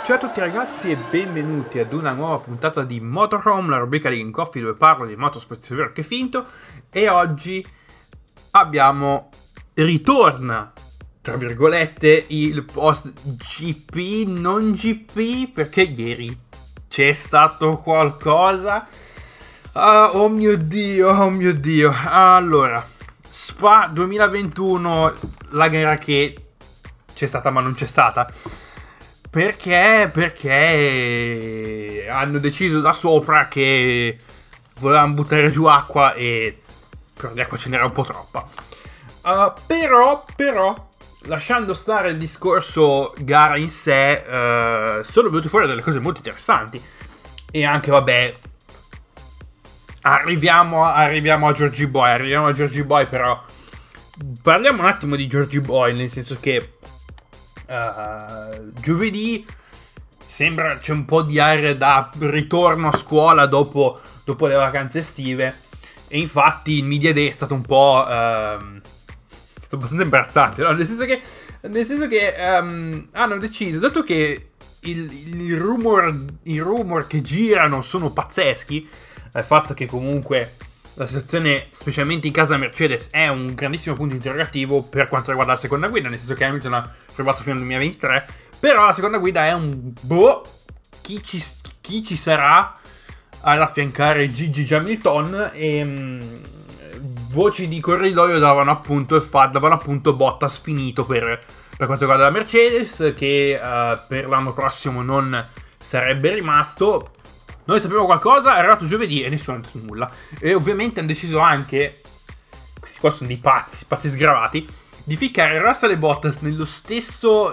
Ciao a tutti ragazzi e benvenuti ad una nuova puntata di Motorhome, la rubrica di Game Coffee dove parlo di motorsport sia vero che finto. E oggi ritorna, tra virgolette, il post GP, non GP, perché ieri c'è stato qualcosa. Oh mio Dio. Allora, Spa 2021, la gara che c'è stata ma non c'è stata. Perché hanno deciso da sopra che volevano buttare giù acqua e però di acqua ce n'era un po' troppa. Però, lasciando stare il discorso gara in sé, sono venute fuori delle cose molto interessanti. E anche, vabbè, arriviamo a Georgie Boy, però parliamo un attimo di Georgie Boy, nel senso che giovedì sembra c'è un po' di aria da ritorno a scuola dopo le vacanze estive, e infatti il media day è stato un po' stato abbastanza imbarazzante, no? Nel senso che hanno deciso, dato che i rumor che girano sono pazzeschi, il fatto che comunque la situazione, specialmente in casa Mercedes, è un grandissimo punto interrogativo per quanto riguarda la seconda guida, nel senso che Hamilton ha fermato fino al 2023, però la seconda guida è un chi ci sarà ad affiancare Gigi Hamilton, e voci di corridoio davano appunto Bottas finito per quanto riguarda la Mercedes, che per l'anno prossimo non sarebbe rimasto. Noi sapevamo qualcosa, è arrivato giovedì e nessuno ha detto nulla. E ovviamente hanno deciso anche, questi qua sono dei pazzi sgravati, di ficcare Russell e Bottas nello stesso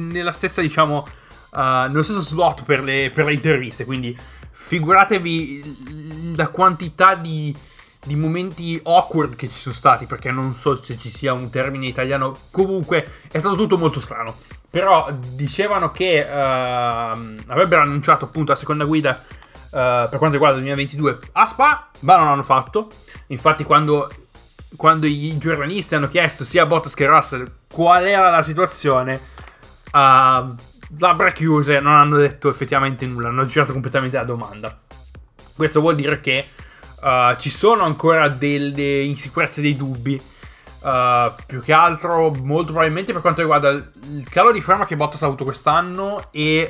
slot per le interviste. Quindi figuratevi la quantità di momenti awkward che ci sono stati, perché non so se ci sia un termine italiano. Comunque è stato tutto molto strano. Però dicevano che avrebbero annunciato appunto la seconda guida per quanto riguarda il 2022 a Spa, ma non l'hanno fatto. Infatti quando i giornalisti hanno chiesto sia a Bottas che a Russell qual era la situazione, labbra chiuse, non hanno detto effettivamente nulla, hanno girato completamente la domanda. Questo vuol dire che ci sono ancora delle insicurezze, dei dubbi, più che altro molto probabilmente per quanto riguarda il calo di forma che Bottas ha avuto quest'anno e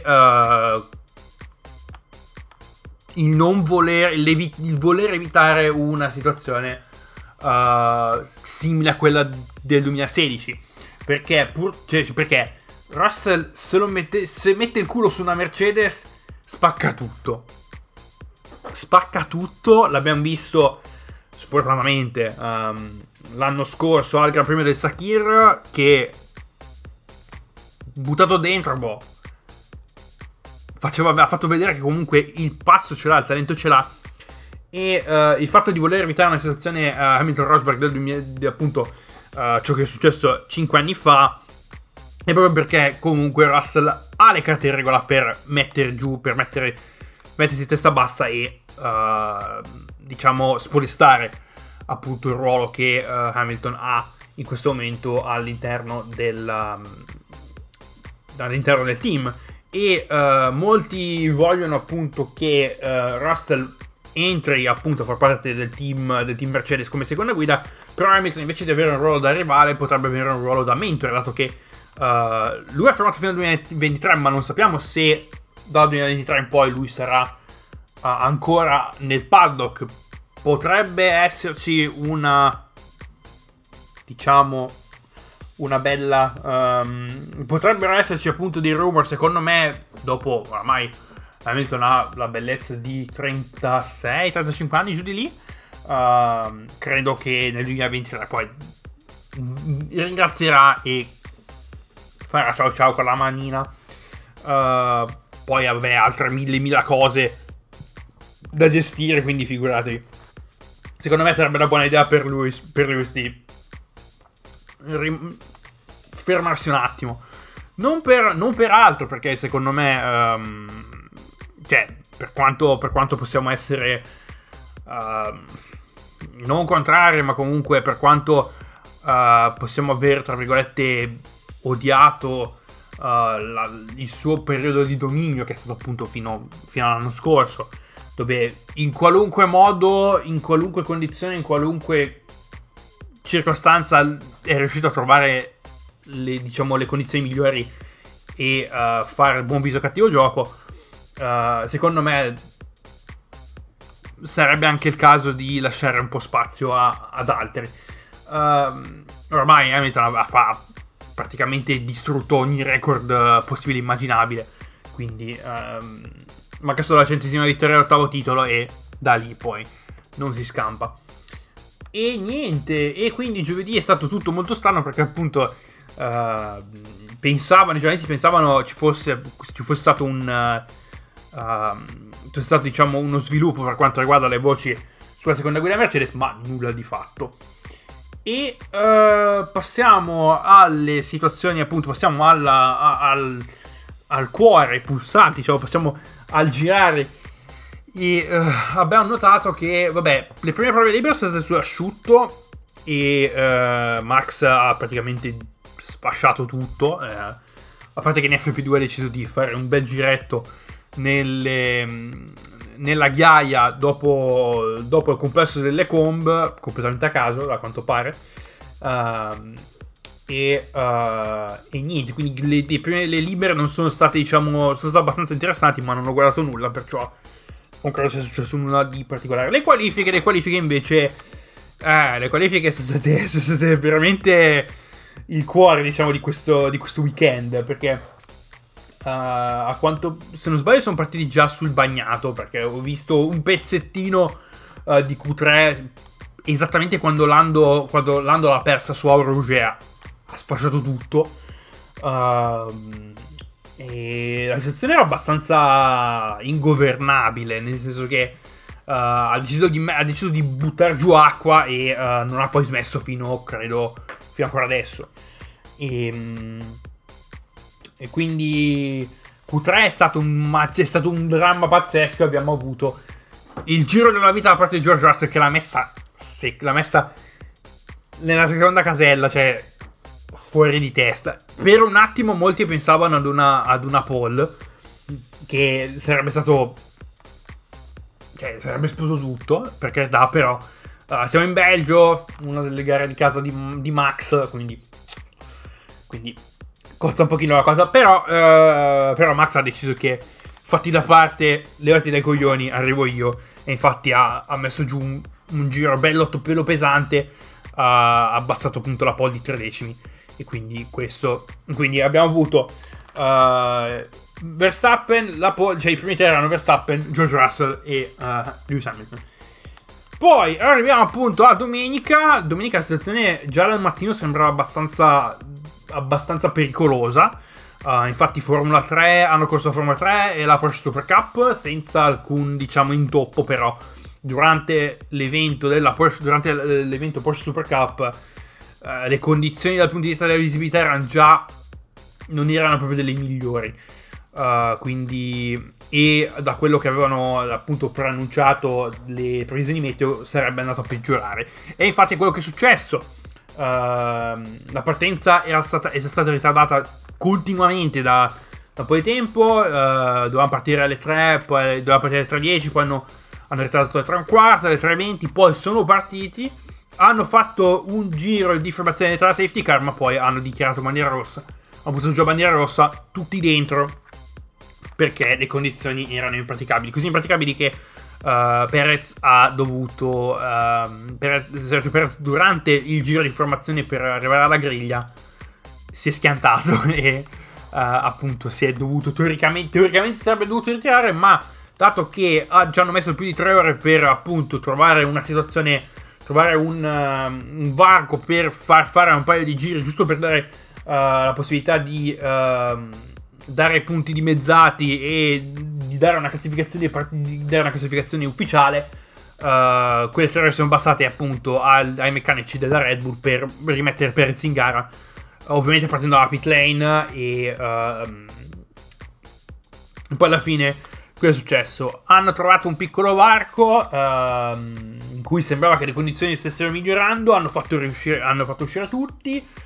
il voler evitare una situazione simile a quella del 2016, perché Russell se mette il culo su una Mercedes spacca tutto, l'abbiamo visto sfortunatamente l'anno scorso al Gran Premio del Sakir, che buttato dentro ha fatto vedere che comunque il passo ce l'ha, il talento ce l'ha, e il fatto di voler evitare una situazione Hamilton-Rosberg del 2000, appunto ciò che è successo 5 anni fa, è proprio perché comunque Russell ha le carte in regola per mettersi testa bassa e spodestare appunto il ruolo che Hamilton ha in questo momento all'interno del team. E molti vogliono appunto che Russell entri appunto a far parte del team Mercedes come seconda guida, però Hamilton invece di avere un ruolo da rivale potrebbe avere un ruolo da mentore, dato che lui ha fermato fino al 2023, ma non sappiamo se dal 2023 in poi lui sarà ancora nel paddock. Potrebbe esserci una bella potrebbero esserci appunto dei rumor. Secondo me, dopo oramai Hamilton ha la bellezza di 36-35 anni, giù di lì, credo che nel 2023 poi ringrazierà e farà ciao con la manina. Poi vabbè, altre mille cose da gestire, quindi figuratevi. Secondo me sarebbe una buona idea per lui di fermarsi un attimo, non per altro, perché secondo me per quanto possiamo essere non contrari, ma comunque per quanto possiamo aver tra virgolette odiato il suo periodo di dominio, che è stato appunto fino all'anno scorso, dove in qualunque modo, in qualunque condizione, in qualunque circostanza è riuscito a trovare le condizioni migliori e fare buon viso cattivo gioco. Secondo me sarebbe anche il caso di lasciare un po' spazio ad altri. Ormai Hamilton ha praticamente distrutto ogni record possibile e immaginabile, quindi manca solo la 100ª vittoria all'ottavo titolo e da lì poi non si scampa. E niente, e quindi giovedì è stato tutto molto strano, perché appunto i giornalisti pensavano ci fosse stato diciamo uno sviluppo per quanto riguarda le voci sulla seconda guida Mercedes, ma nulla di fatto. E passiamo alle situazioni, appunto, passiamo al cuore, ai pulsanti, diciamo, passiamo al girare. E abbiamo notato che, vabbè, le prime prove libere sono state sull'asciutto e Max ha praticamente sfasciato tutto, a parte che in FP2 ha deciso di fare un bel giretto nella ghiaia dopo il complesso delle Combe, completamente a caso a quanto pare, e niente, quindi le libere non sono state, diciamo, sono state abbastanza interessanti, ma non ho guardato nulla, perciò non credo sia successo nulla di particolare. Le qualifiche invece, le qualifiche sono state veramente il cuore, diciamo, di questo weekend, perché a quanto, se non sbaglio, sono partiti già sul bagnato, perché ho visto un pezzettino di Q3 esattamente quando Lando l'ha persa su Eau Rouge, ha sfasciato tutto, e la situazione era abbastanza ingovernabile, nel senso che ha deciso di buttare giù acqua e non ha poi smesso fino ancora adesso. E quindi Q3 è stato un dramma pazzesco. Abbiamo avuto il giro della vita da parte di George Russell, che l'ha messa nella seconda casella, cioè fuori di testa. Per un attimo molti pensavano ad una pole, che sarebbe stato, cioè sarebbe esploso tutto, per carità, però siamo in Belgio, una delle gare di casa di Max, quindi costa un pochino la cosa, però Max ha deciso che, fatti da parte, levati dai coglioni, arrivo io, e infatti ha messo giù un giro bello pelo pesante, ha abbassato appunto la pole di 3 decimi, e quindi abbiamo avuto Verstappen, cioè i primi tre erano Verstappen, George Russell e Lewis Hamilton. Poi arriviamo appunto a domenica. La situazione già dal mattino sembrava abbastanza pericolosa. Infatti Formula 3 hanno corso la Formula 3 e la Porsche Super Cup senza alcun, diciamo, intoppo, però durante l'evento Porsche Super Cup le condizioni dal punto di vista della visibilità non erano proprio delle migliori, quindi, e da quello che avevano appunto preannunciato le previsioni meteo sarebbe andato a peggiorare, e infatti è quello che è successo. La partenza è stata ritardata continuamente da un po' di tempo. Dovevamo partire alle 3, poi dovevamo partire alle 3:10, poi hanno ritardato alle 3:15, alle 3:20, poi sono partiti, hanno fatto un giro di formazione dietro la safety car, ma poi hanno dichiarato bandiera rossa, hanno buttato giù bandiera rossa, tutti dentro, perché le condizioni erano impraticabili, così impraticabili che Perez ha dovuto Sergio Perez, durante il giro di formazione per arrivare alla griglia, si è schiantato e appunto si è dovuto teoricamente si sarebbe dovuto ritirare, ma dato che ci hanno messo più di 3 ore per appunto trovare una situazione, trovare un varco per far fare un paio di giri, giusto per dare la possibilità di dare punti dimezzati e di dare una classificazione ufficiale, quelle 3 ore sono bastate appunto ai meccanici della Red Bull per rimettere Perez in gara, ovviamente partendo dalla pit lane, e poi alla fine cosa è successo? Hanno trovato un piccolo varco in cui sembrava che le condizioni stessero migliorando, hanno fatto uscire tutti,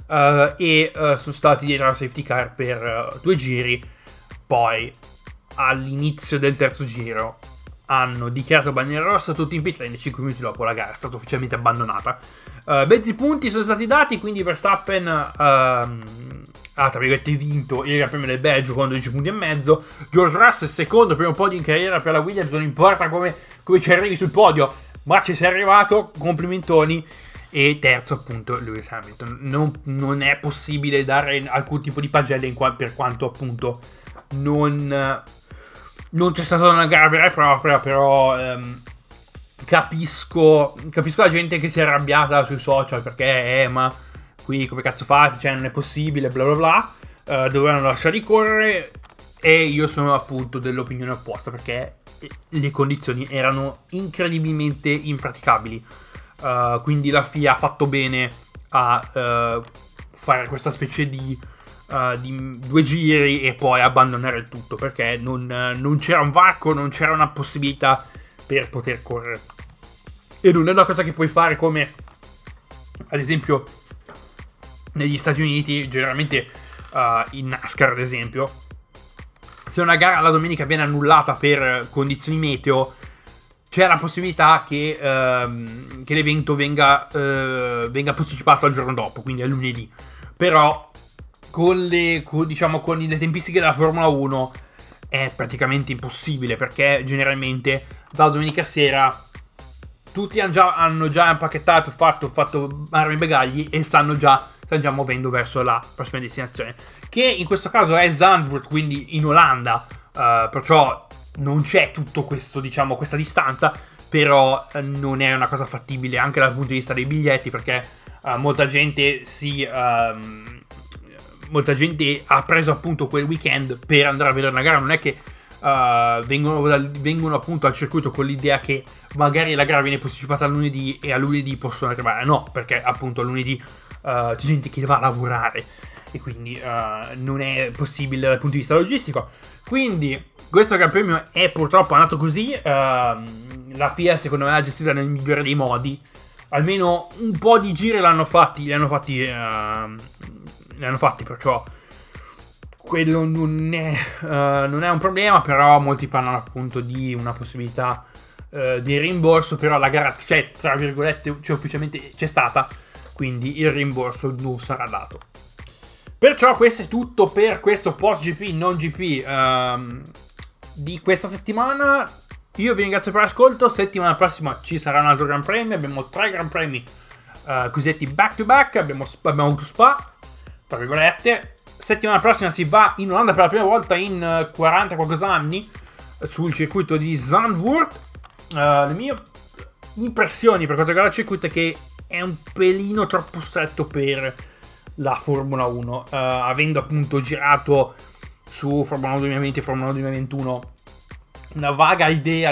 sono stati dietro la safety car per 2 giri. Poi all'inizio del terzo giro hanno dichiarato bandiera rossa tutti in pit lane e 5 minuti dopo la gara è stata ufficialmente abbandonata. Mezzi punti sono stati dati, quindi Verstappen ha tra virgolette vinto il Gran Premio del Belgio con 12 punti e mezzo. George Russell secondo, primo podio in carriera per la Williams, non importa come ci arrivi sul podio, ma ci sei arrivato, complimentoni. E terzo appunto Lewis Hamilton. Non è possibile dare alcun tipo di pagelle per quanto appunto non c'è stata una gara vera e propria, però capisco la gente che si è arrabbiata sui social perché ma qui come cazzo fate, cioè non è possibile, bla bla bla, dovevano lasciarli correre. E io sono appunto dell'opinione opposta, perché le condizioni erano incredibilmente impraticabili. Quindi la FIA ha fatto bene a fare questa specie di 2 giri e poi abbandonare il tutto, perché non c'era un varco, non c'era una possibilità per poter correre. E non è una cosa che puoi fare come ad esempio negli Stati Uniti, generalmente in NASCAR ad esempio, se una gara la domenica viene annullata per condizioni meteo, c'è la possibilità che l'evento venga posticipato al giorno dopo, quindi al lunedì. Però con le tempistiche della Formula 1 è praticamente impossibile, perché generalmente dalla domenica sera tutti hanno già impacchettato, fatto armi e bagagli e stanno già muovendo verso la prossima destinazione, che in questo caso è Zandvoort, quindi in Olanda, perciò non c'è tutto questo, questa distanza, però non è una cosa fattibile anche dal punto di vista dei biglietti, perché molta gente ha preso appunto quel weekend per andare a vedere una gara. Non è che vengono appunto al circuito con l'idea che magari la gara viene posticipata a lunedì e a lunedì possono arrivare. No, perché appunto a lunedì c'è gente che va a lavorare e quindi non è possibile dal punto di vista logistico. Quindi questo Gran Premio è purtroppo andato così. La FIA secondo me l'ha gestita nel migliore dei modi. Almeno un po' di giri l'hanno fatti, perciò quello non è un problema. Però molti parlano appunto di una possibilità di rimborso, però la gara c'è, tra virgolette, ufficialmente c'è stata, quindi il rimborso non sarà dato. Perciò questo è tutto per questo post GP non GP di questa settimana. Io vi ringrazio per l'ascolto. Settimana prossima ci sarà un altro Gran Premio. Abbiamo 3 Gran Premi cosiddetti back to back. Abbiamo avuto Spa, tra virgolette. Settimana prossima si va in Olanda per la prima volta in 40 qualcosa anni sul circuito di Zandvoort. Le mie impressioni per quanto riguarda il circuito è che è un pelino troppo stretto per la Formula 1, avendo appunto girato su Formula 1 2020 e Formula 1 2021 una vaga idea,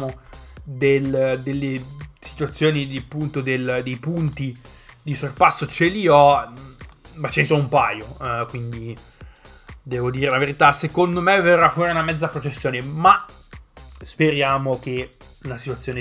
delle situazioni di punto dei punti di sorpasso ce li ho, ma ce ne sono un paio, quindi devo dire la verità, secondo me verrà fuori una mezza processione, ma speriamo che la situazione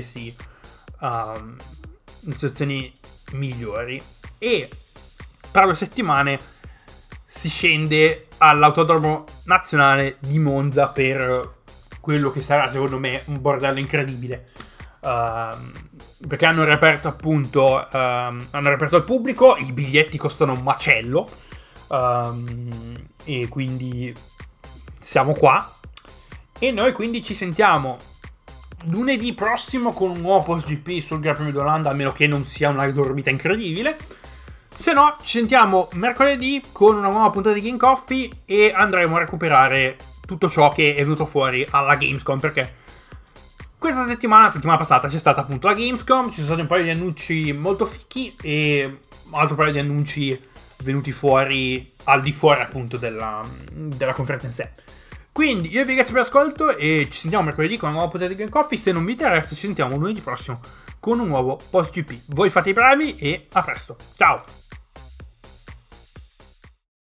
situazioni migliori. E tra 2 settimane si scende all'Autodromo Nazionale di Monza per quello che sarà secondo me un bordello incredibile, perché hanno riaperto appunto al pubblico, i biglietti costano un macello, e quindi siamo qua. E noi quindi ci sentiamo lunedì prossimo con un nuovo post GP sul Gran Premio d'Olanda, a meno che non sia una dormita incredibile. Se no, ci sentiamo mercoledì con una nuova puntata di Game Coffee e andremo a recuperare tutto ciò che è venuto fuori alla Gamescom, perché questa settimana passata c'è stata appunto la Gamescom, ci sono stati un paio di annunci molto fichi e un altro paio di annunci venuti fuori al di fuori appunto della conferenza in sé. Quindi io vi ringrazio per l'ascolto e ci sentiamo mercoledì con una nuova puntata di Game Coffee. Se non vi interessa, ci sentiamo lunedì prossimo con un nuovo post GP. Voi fate i bravi e a presto. Ciao!